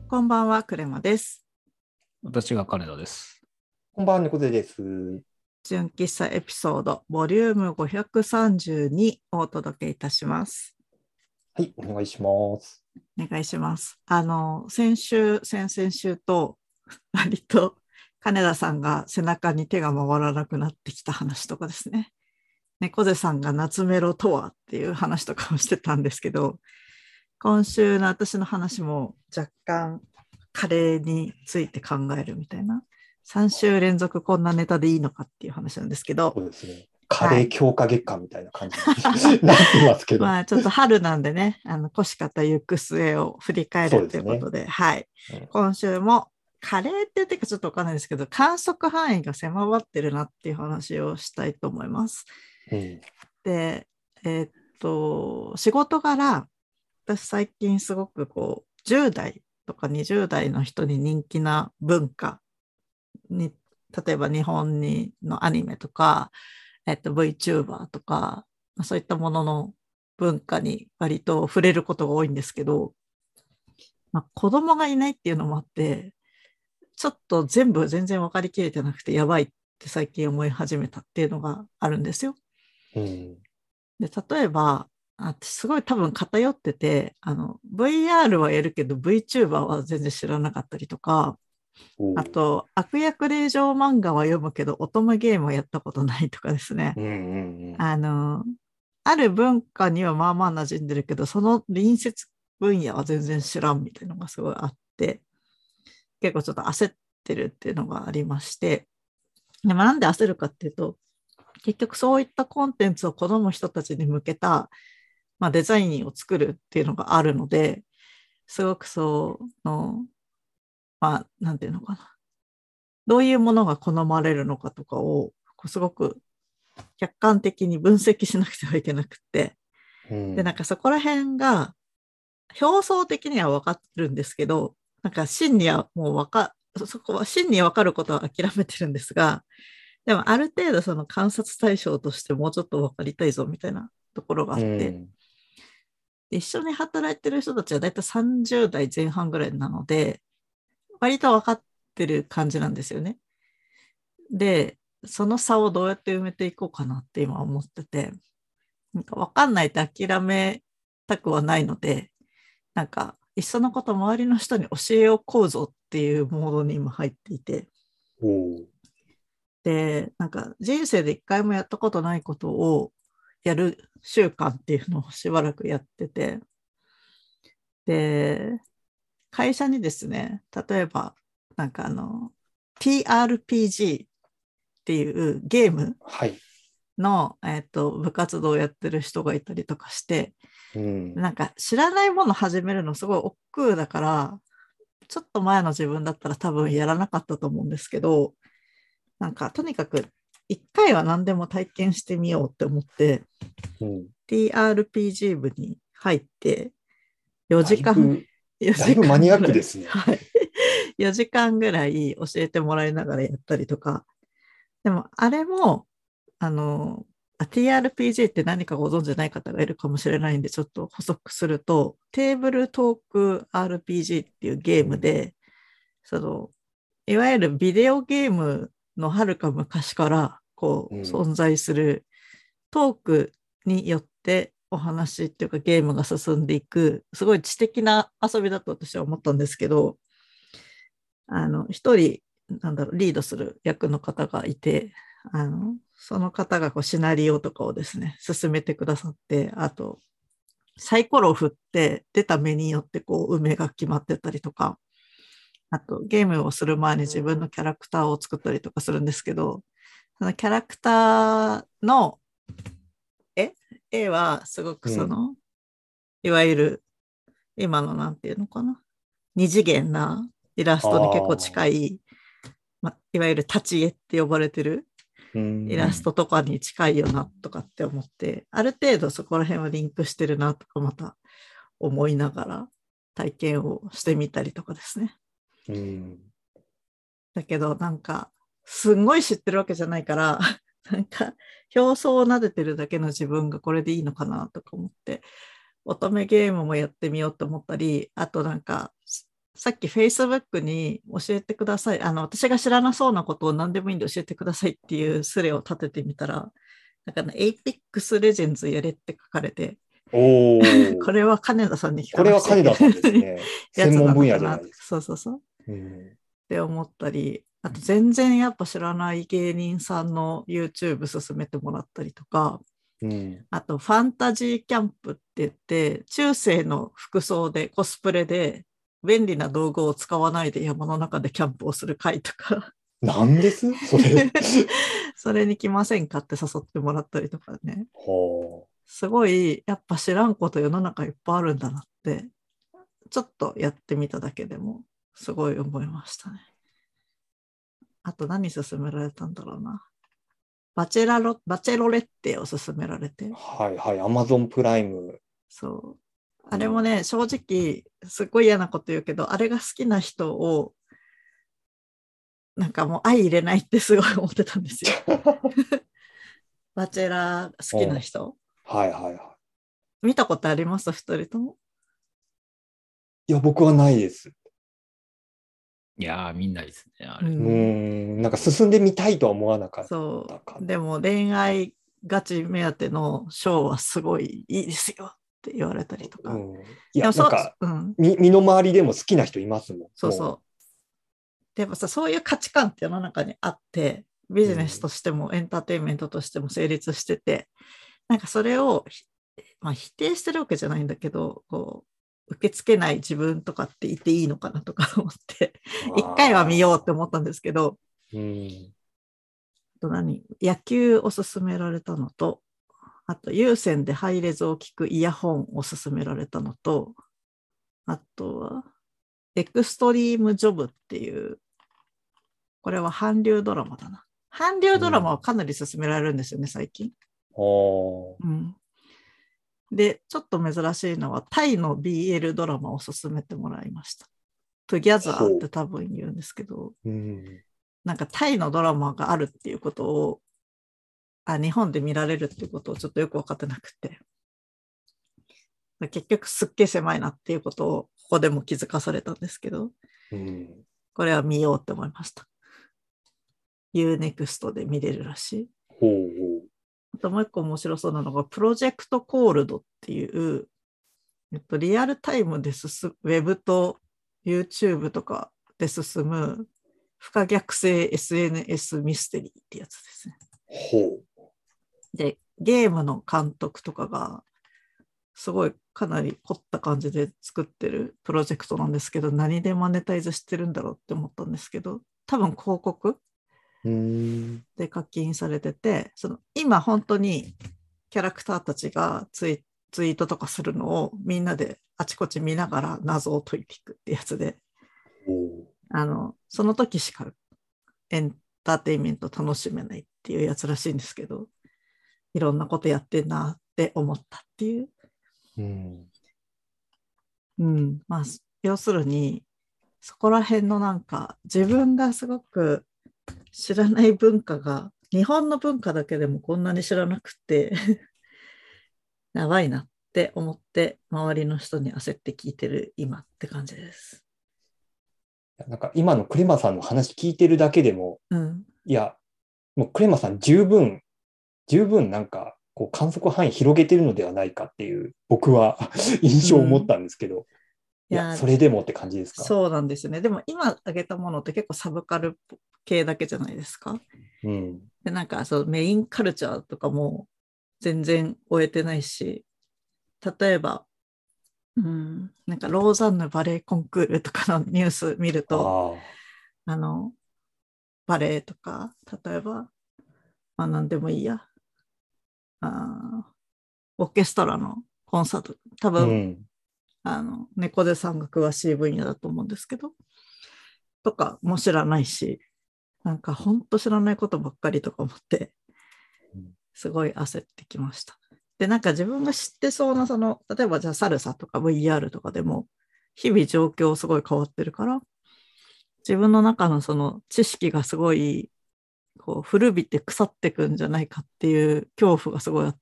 こんばんは、クレマです。 私が金田です。 こんばんは、猫背です。 純喫茶エピソード、ボリューム532をお届けいたします。 はい、お願いします。 お願いします。先週、先々週と、割と金田さんが背中に手が回らなくなってきた話とかですね。猫背さんが夏メロとはっていう話とかをしてたんですけど、今週の私の話も若干カレーについて考えるみたいな、3週連続こんなネタでいいのかっていう話なんですけど、 そうですね。カレー強化月間みたいな感じになってますけど。 まあちょっと春なんでね、越し方行く末を振り返るということで、はい。今週もカレーって言ってかちょっとわかんないですけど、観測範囲が狭まってるなっていう話をしたいと思います。で、仕事柄、私最近すごくこう、10代とか20代の人に人気な文化に、例えば日本のアニメとか、VTuber とか、そういったものの文化に割と触れることが多いんですけど、子供がいないっていうのもあって、ちょっと全然分かりきれてなくてやばいって最近思い始めたっていうのがあるんですよ。で、例えば、すごい多分偏ってて、VR はやるけど VTuber は全然知らなかったりとか、あと、悪役令嬢漫画は読むけど、乙女ゲームはやったことないとかですね。ある文化にはまあまあ馴染んでるけど、その隣接分野は全然知らんみたいなのがすごいあって、結構ちょっと焦ってるっていうのがありまして、でもなんで焦るかっていうと、結局そういったコンテンツを好む人たちに向けた、デザインを作るっていうのがあるので、すごくなんていうのかな。どういうものが好まれるのかとかを、すごく客観的に分析しなくてはいけなくて。で、なんかそこら辺が、表層的には分かるんですけど、なんか真にはもうそこは真に分かることは諦めてるんですが、でもある程度その観察対象としてもうちょっと分かりたいぞみたいなところがあって、一緒に働いてる人たちはだいたい30代前半ぐらいなので、割と分かってる感じなんですよね。で、その差をどうやって埋めていこうかなって今思ってて、なんか分かんないって諦めたくはないので、なんか、いっそのこと周りの人に教えをこうぞっていうモードに今入っていて、で、なんか人生で一回もやったことないことをやる習慣っていうのをしばらくやってて、で、会社にですね、例えば、なんかTRPG っていうゲームの、部活動をやってる人がいたりとかして、なんか知らないもの始めるのすごい億劫だから、ちょっと前の自分だったら多分やらなかったと思うんですけど、なんかとにかく一回は何でも体験してみようって思って、TRPG 部に入って4時間、 だいぶマニアックですね。 はい。4時間ぐらい教えてもらいながらやったりとか、でもあれも、TRPG って何かご存知ない方がいるかもしれないんで、ちょっと補足すると、テーブルトーク RPG っていうゲームで、いわゆるビデオゲームのはるか昔から存在するトークによってお話っていうかゲームが進んでいく、すごい知的な遊びだと私は思ったんですけど、一人、リードする役の方がいて、その方がシナリオとかをですね、進めてくださって、あと、サイコロを振って出た目によって運命が決まってたりとか、あとゲームをする前に自分のキャラクターを作ったりとかするんですけど、そのキャラクターの絵はすごくいわゆる今のなんていうのかな、二次元なイラストに結構近い、いわゆる立ち絵って呼ばれてるイラストとかに近いよなとかって思って、ある程度そこら辺はリンクしてるなとかまた思いながら体験をしてみたりとかですね。だけどなんかすんごい知ってるわけじゃないからなんか表層を撫でてるだけの自分がこれでいいのかなとか思って、乙女ゲームもやってみようと思ったり、あとなんかさっき Facebook に教えてください。私が知らなそうなことを何でもいいんで教えてくださいっていうスレを立ててみたら、なんかね、Apex Legends やれって書かれて、 おこれは金田さんに聞かこれはなくちゃいけない金田さんですね。 やつ専門分なのかな。 野じゃないですか。 そうそうそう。っうんて思ったり、あと全然やっぱ知らない芸人さんの YouTube 進めてもらったりとか、 うんあとファンタジーキャンプって言って、中世の服装でコスプレで便利な道具を使わないで山の中でキャンプをする会とか、 なんですそれ。 それに来ませんかって誘ってもらったりとかね。 はすごい、やっぱ知らんこと世の中いっぱいあるんだなって、ちょっとやってみただけでもすごい思いましたね。あと何勧められたんだろうな。バチェロレッテを勧められて。 はいはい。Amazon プライム。 そう。あれもね、正直、すっごい嫌なこと言うけど、あれが好きな人を、なんかもう相入れないってすごい思ってたんですよ。バチェラー好きな人。 はいはいは見たことあります二人とも。 い。いや、僕はないです。 いやー、みんなですね、あれ。 なんか進んでみたいとは思わなかったかそう。でも恋愛ガチ目当てのショーはすごいいいですよって言われたりとか。 いや、 でもなんか、 うん、 身の回りでも好きな人いますもん。 そうそう。でもさ、そういう価値観って世の中にあって、ビジネスとしてもエンターテインメントとしても成立してて、なんかそれを、まあ、否定してるわけじゃないんだけど、こう受け付けない自分とかっていていいのかなとか思って、一回は見ようって思ったんですけど、野球を勧められたのと、あと有線でハイレゾを聞くイヤホンを勧められたのと、あとはエクストリームジョブっていう、これは韓流ドラマだな。韓流ドラマはかなり勧められるんですよね、最近。うん、で、ちょっと珍しいのは、タイの BL ドラマを勧めてもらいました。トゥギャザーって多分言うんですけど、なんかタイのドラマがあるっていうことを、日本で見られるっていうことをちょっとよく分かってなくて、結局すっげえ狭いなっていうことをここでも気づかされたんですけど、これは見ようって思いました。Unext で見れるらしい。あともう一個面白そうなのが、プロジェクトコールドっていう、リアルタイムで進む、ウェブと YouTube とかで進む不可逆性 SNS ミステリーってやつですね。で、ゲームの監督とかがすごいかなり凝った感じで作ってるプロジェクトなんですけど、何でマネタイズしてるんだろうって思ったんですけど、多分広告で課金されてて、今本当にキャラクターたちがツイートとかするのをみんなであちこち見ながら謎を解いていくってやつで、その時しかエンターテインメント楽しめないっていうやつらしいんですけど、いろんなことやってんなって思ったっていう。まあ、要するに、そこら辺のなんか自分がすごく知らない文化が、日本の文化だけでもこんなに知らなくてやばいなって思って周りの人に焦って聞いてる今って感じです。 なんか今のクレマさんの話聞いてるだけでも、いやもうクレマさん十分なんかこう観測範囲広げてるのではないかっていう僕は印象を持ったんですけど、いやそれでもって感じですか？ そうなんですよね。でも今挙げたものって結構サブカル系だけじゃないですか。でなんかメインカルチャーとかも全然終えてないし、例えば、なんかローザンヌバレエコンクールとかのニュース見ると、バレエとか、例えば、何でもいいや。オーケストラのコンサート、多分、猫背さんが詳しい分野だと思うんですけど、とかも知らないし、なんか本当知らないことばっかりとか思って、すごい焦ってきました。で、なんか自分が知ってそうな、例えばじゃあサルサとか VR とかでも、日々状況すごい変わってるから、自分の中のその知識がすごい、こう古びて腐ってくんじゃないかっていう恐怖がすごいあって、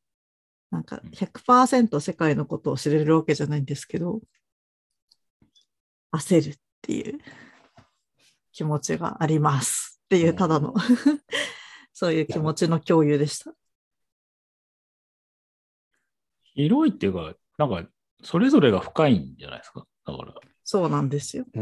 なんか 100% 世界のことを知れるわけじゃないんですけど、 焦るっていう気持ちがありますっていうただのそういう気持ちの共有でした。 広いっていうか、なんかそれぞれが深いんじゃないですか。だから。 そうなんですよ。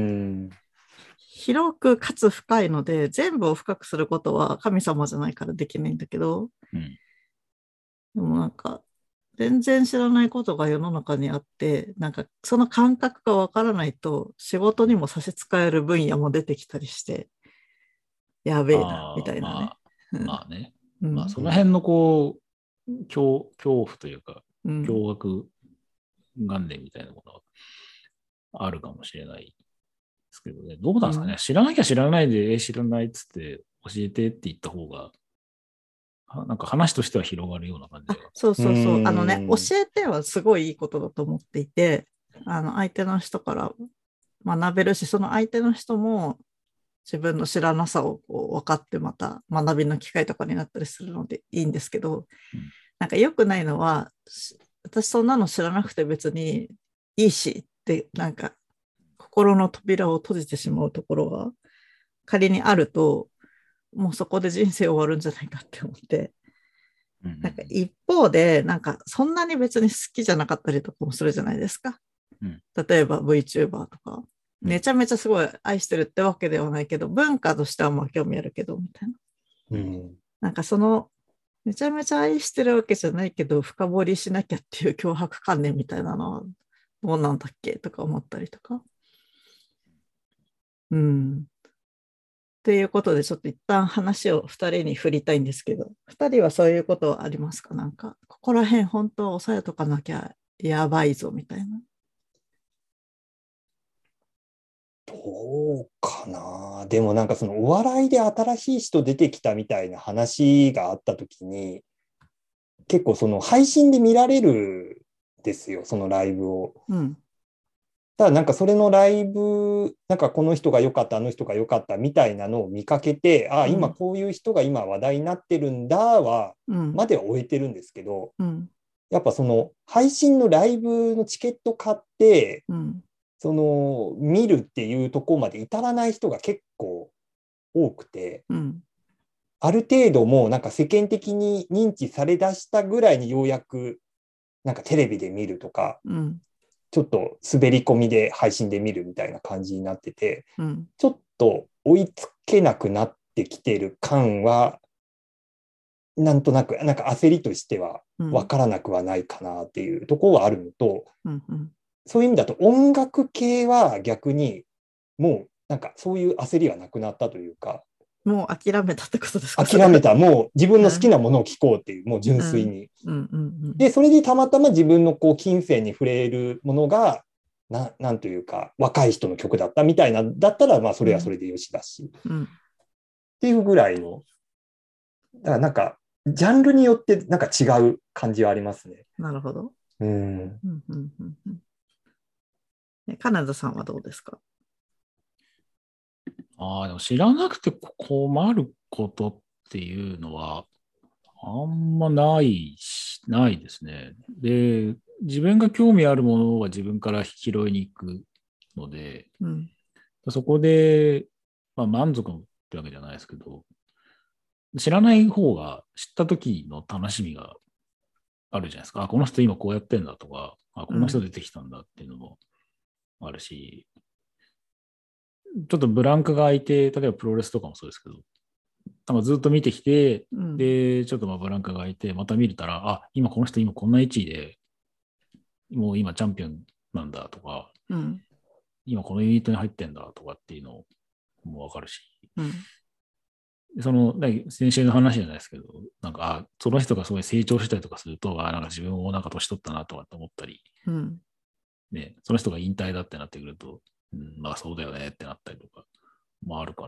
広くかつ深いので、全部を深くすることは神様じゃないからできないんだけど、でもなんか、全然知らないことが世の中にあって、なんかその感覚がわからないと仕事にも差し支える分野も出てきたりして、やべえな、みたいなね。 まあね。 まあその辺のこう、恐怖というか、驚愕元年みたいなものはあるかもしれないですけどね。どうなんですかね。知らなきゃ知らないで、知らないっつって教えてって言った方が、なんか話としては広がるような感じが。 そう。教えてはすごいいいことだと思っていて、相手の人から学べるし、その相手の人も自分の知らなさをこう分かってまた学びの機会とかになったりするのでいいんですけど、なんか良くないのは、私そんなの知らなくて別にいいしって、なんか心の扉を閉じてしまうところが仮にあると、もうそこで人生終わるんじゃないかって思って、なんか一方で、なんかそんなに別に好きじゃなかったりとかもするじゃないですか。例えば VTuber とか、めちゃめちゃすごい愛してるってわけではないけど、文化としてはまあ興味あるけど、みたいな。なんかその、めちゃめちゃ愛してるわけじゃないけど、深掘りしなきゃっていう脅迫観念みたいなのはどうなんだっけとか思ったりとか。っていうことで、ちょっと一旦話を2人に振りたいんですけど、2人はそういうことはありますか？なんか、ここら辺本当は抑えとかなきゃやばいぞみたいな。 どうかな。でもなんかそのお笑いで新しい人出てきたみたいな話があったときに、結構その配信で見られるんですよ、そのライブを。ただなんかそれのライブ、なんかこの人が良かった、あの人が良かったみたいなのを見かけて、ああ、今こういう人が今話題になってるんだは、までは終えてるんですけど、やっぱその配信のライブのチケット買って、その見るっていうところまで至らない人が結構多くて、ある程度もうなんか世間的に認知されだしたぐらいにようやくなんかテレビで見るとか、ちょっと滑り込みで配信で見るみたいな感じになってて、ちょっと追いつけなくなってきてる感は、なんとなく、なんか焦りとしては分からなくはないかなっていうところはあるのと、そういう意味だと音楽系は逆にもうなんかそういう焦りはなくなったというか、 もう諦めたってことですか？ 諦めた。もう自分の好きなものを聴こうっていう、もう純粋に。で、それでたまたま自分のこう金銭に触れるものが、なんというか、若い人の曲だったみたいな、だったら、まあ、それはそれでよしだし。っていうぐらいの、だからなんか、ジャンルによってなんか違う感じはありますね。 なるほど。カナダさんはどうですか？ でも知らなくて困ることっていうのは、あんまないですね。で、自分が興味あるものは自分から拾いに行くので、そこで、満足ってわけじゃないですけど、知らない方が知った時の楽しみがあるじゃないですか。この人今こうやってんだとか、この人出てきたんだっていうのもあるし、ちょっとブランクが空いて、例えばプロレスとかもそうですけど、なんかずっと見てきて、で、ちょっとブランクが空いて、また見れたら、今この人今こんな位置で、もう今チャンピオンなんだとか、今このユニットに入ってんだとかっていうのもわかるし、先週の話じゃないですけど、なんか、その人がすごい成長したりとかすると、なんか自分もなんか年取ったなとかって思ったり、ね、その人が引退だってなってくると、まあそうだよねってなったりとかもあるから、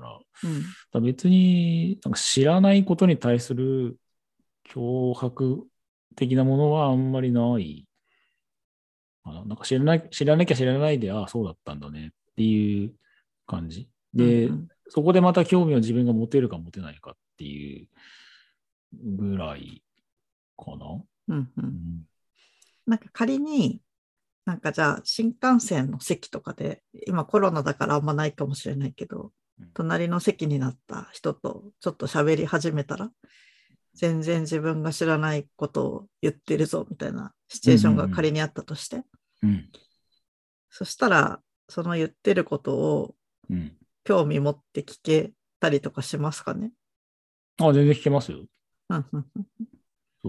別になんか知らないことに対する脅迫的なものはあんまりないなんか知らなきゃ知らないで、そうだったんだねっていう感じ。で、そこでまた興味を自分が持てるか持てないかっていうぐらいかな。 なんか仮になんかじゃあ新幹線の席とかで、今コロナだからあんまないかもしれないけど、隣の席になった人とちょっと喋り始めたら、全然自分が知らないことを言ってるぞみたいなシチュエーションが仮にあったとして、そしたらその言ってることを興味持って聞けたりとかしますかね。 全然聞けますよ。そう。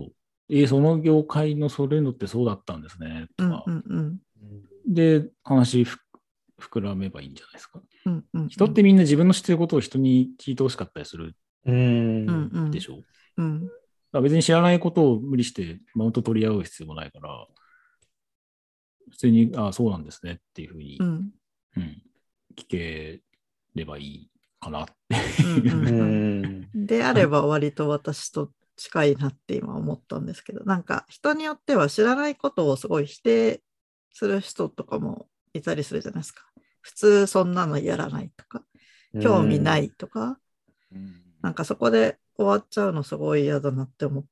その業界のそういうのってそうだったんですね。とかで、話膨らめばいいんじゃないですか。人ってみんな自分の知ってることを人に聞いてほしかったりするでしょ。別に知らないことを無理してマウント取り合う必要もないから、普通に、そうなんですねっていうふうに、聞ければいいかなって。 であれば割と私と近いなって今思ったんですけど、なんか人によっては知らないことをすごい否定する人とかもいたりするじゃないですか。普通そんなのやらないとか、興味ないとか、なんかそこで終わっちゃうのすごい嫌だなって思って、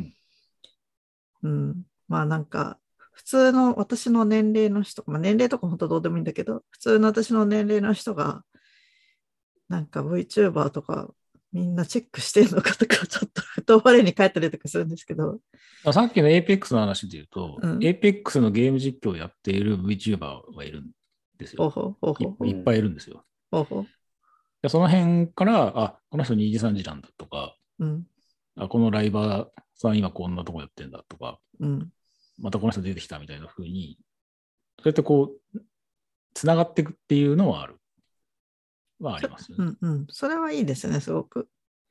まあなんか普通の私の年齢の人、年齢とか本当どうでもいいんだけど、普通の私の年齢の人がなんか VTuber とかみんなチェックしてるのかとかちょっとふと我に返ったりとかするんですけど、 さっきの APEX の話で言うと、APEX のゲーム実況をやっている VTuber はいるんですよ。いっぱいいるんですよ。その辺から、この人2時3時なんだとか、このライバーさん今こんなとこやってんだとか、またこの人出てきたみたいな風に、そうやってこう、つながっていくっていうのはある。はありますよね。 それはいいですね、すごく。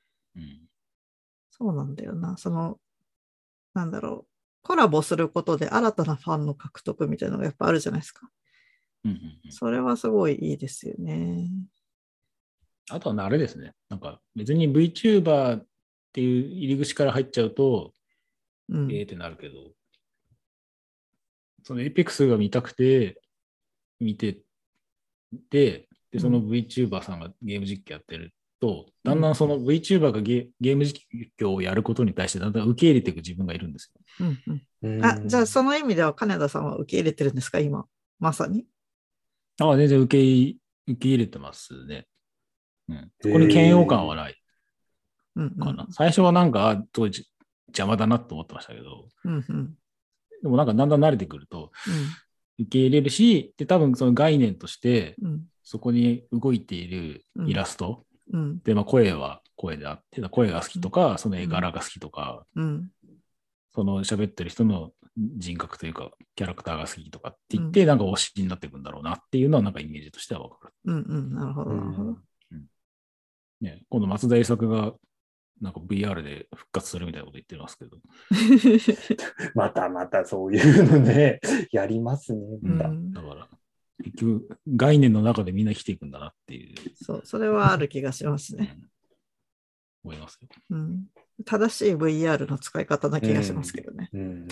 そうなんだよな。なんだろう。コラボすることで新たなファンの獲得みたいなのがやっぱあるじゃないですか。それはすごいいいですよね。 あとはあれですね。なんか別に VTuber っていう入り口から入っちゃうと、ってなるけど、その APEX が見たくて、見てて、で、その VTuber さんがゲーム実況やってると、だんだんその VTuber がゲーム実況をやることに対してだんだん受け入れていく自分がいるんですよ。じゃあその意味では金田さんは受け入れてるんですか、今、まさに。 全然受け入れてますね。そこに嫌悪感はないかな。最初はなんか、当時邪魔だなと思ってましたけど、でもなんかだんだん慣れてくると、受け入れるし、で、多分その概念として、そこに動いているイラスト、で、声は声であって、声が好きとか、その絵柄が好きとか、その喋ってる人の人格というか、キャラクターが好きとかって言って、なんか推しになっていくんだろうなっていうのは、なんかイメージとしては分かる。 なるほど、なるほど。 今度松田優作がなんか VR で復活するみたいなこと言ってますけど。 またそういうのね、やりますね。 だから、結局、概念の中でみんな生きていくんだなっていう。 それはある気がしますね。 思いますよ。 正しい VR の使い方な気がしますけどね。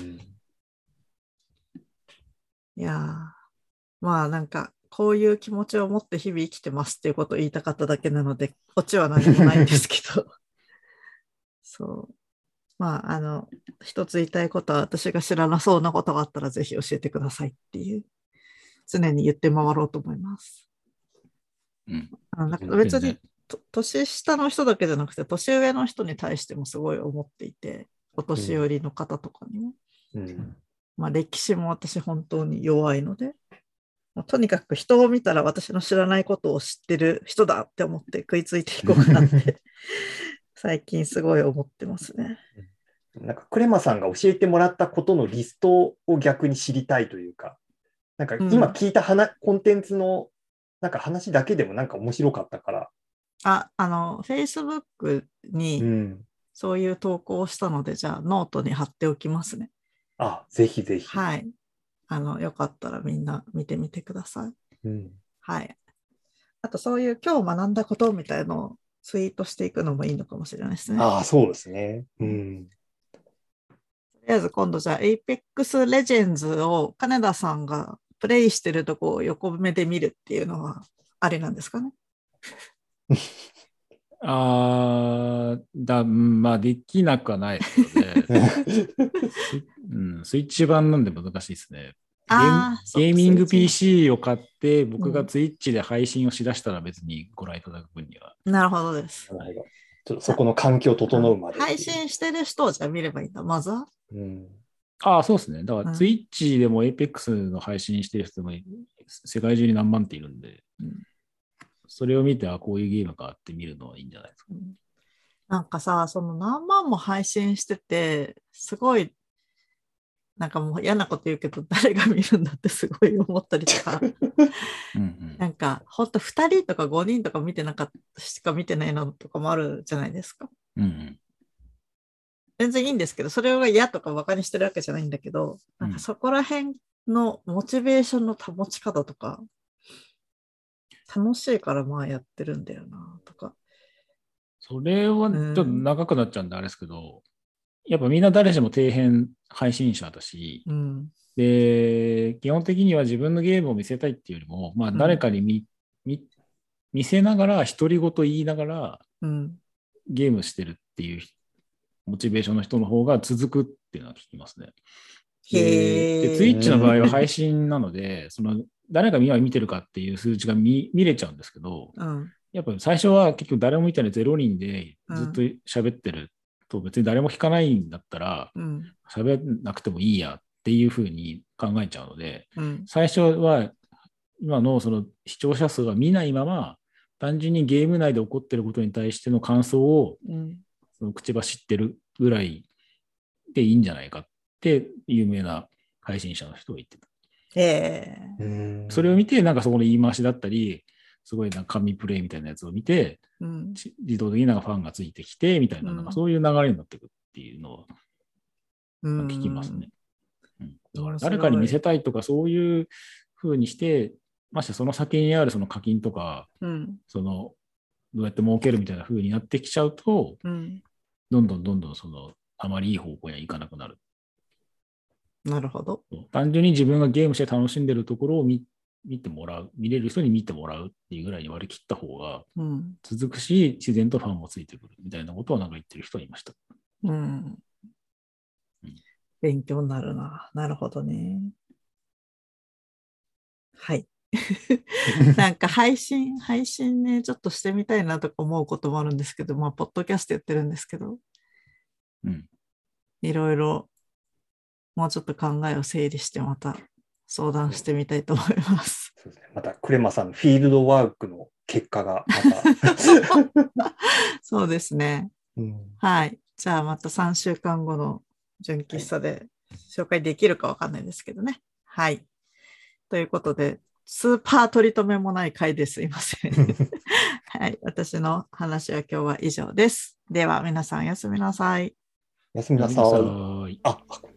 いやまあなんか、こういう気持ちを持って日々生きてますっていうことを言いたかっただけなので、こっちは何もないんですけど。そう。まあ、一つ言いたいことは、私が知らなそうなことがあったら、ぜひ教えてくださいっていう、常に言って回ろうと思います。なんか別に、年下の人だけじゃなくて、年上の人に対してもすごい思っていて、お年寄りの方とかにも。まあ、歴史も私本当に弱いので、とにかく人を見たら私の知らないことを知ってる人だって思って食いついていこうかなって最近すごい思ってますね。 なんかクレマさんが教えてもらったことのリストを逆に知りたいというか、なんか今聞いたコンテンツのなんか話だけでもなんか面白かったから。 Facebook にそういう投稿をしたので、じゃあノートに貼っておきますね。 ぜひぜひ。 はい。よかったらみんな見てみてください。はい。あとそういう今日学んだことみたいのをツイートしていくのもいいのかもしれないですね。 そうですね。 とりあえず今度じゃあ Apex Legends を金田さんがプレイしてるとこを横目で見るっていうのはあれなんですかね。 まあできなくはないですよね。スイッチ版なんで難しいですね。 ゲーミング PC を買って、僕が Twitch で配信をしだしたら別にご覧いただく分には。 なるほどです。 なるほど。ちょっとそこの環境整うまで。 配信してる人をじゃあ見ればいいんだ、まずは。 そうですね。だから Twitch でも Apex の配信してる人も世界中に何万っているんで、それを見て、こういうゲームかって見るのはいいんじゃないですか。 なんかさ、その何万も配信してて、すごい、なんかもう嫌なこと言うけど、誰が見るんだってすごい思ったりとか、なんか、ほんと2人とか5人とかしか見てないのとかもあるじゃないですか。全然いいんですけど、それが嫌とかバカにしてるわけじゃないんだけど、なんかそこら辺のモチベーションの保ち方とか、楽しいからまあやってるんだよなとか。 それはちょっと長くなっちゃうんであれですけど、やっぱみんな誰しも底辺配信者だし、で、基本的には自分のゲームを見せたいっていうよりも、まあ誰かに見せながら、独り言言いながら、ゲームしてるっていうモチベーションの人の方が続くっていうのは聞きますね。で、Twitch の場合は配信なので、その誰が見てるかっていう数値が見れちゃうんですけど、やっぱり最初は結局誰も見てない0人でずっと喋ってると別に誰も聞かないんだったら喋んなくてもいいやっていうふうに考えちゃうので、最初は今のその視聴者数は見ないまま単純にゲーム内で起こってることに対しての感想をその口走ってるぐらいでいいんじゃないかって有名な配信者の人が言ってた。それを見てなんかそこの言い回しだったりすごいなんか神プレイみたいなやつを見て、自動的になんかファンがついてきてみたいな、なんかそういう流れになっていくっていうのを聞きますね。だから誰かに見せたいとかそういう風にして、ましてその先にあるその課金とか、そのどうやって儲けるみたいな風になってきちゃうと、どんどんそのあまりいい方向にはいかなくなる。 なるほど。 単純に自分がゲームして楽しんでるところを見てもらう、見れる人に見てもらうっていうぐらいに割り切った方が続くし、自然とファンもついてくるみたいなことをなんか言ってる人がいました。 勉強になるな。なるほどね。はい。なんか配信ね、ちょっとしてみたいなとか思うこともあるんですけど、まあ、ポッドキャストやってるんですけど、いろいろもうちょっと考えを整理してまた相談してみたいと思います。 そうですね、またクレマさんのフィールドワークの結果がまたそうですね、はい。じゃあまた3週間後の純喫茶で紹介できるかわかんないですけどね。はい。ということで、スーパー取り留めもない回ですいません。はい。私の話は今日は以上です。では皆さんおやすみなさい。 おやすみなさい。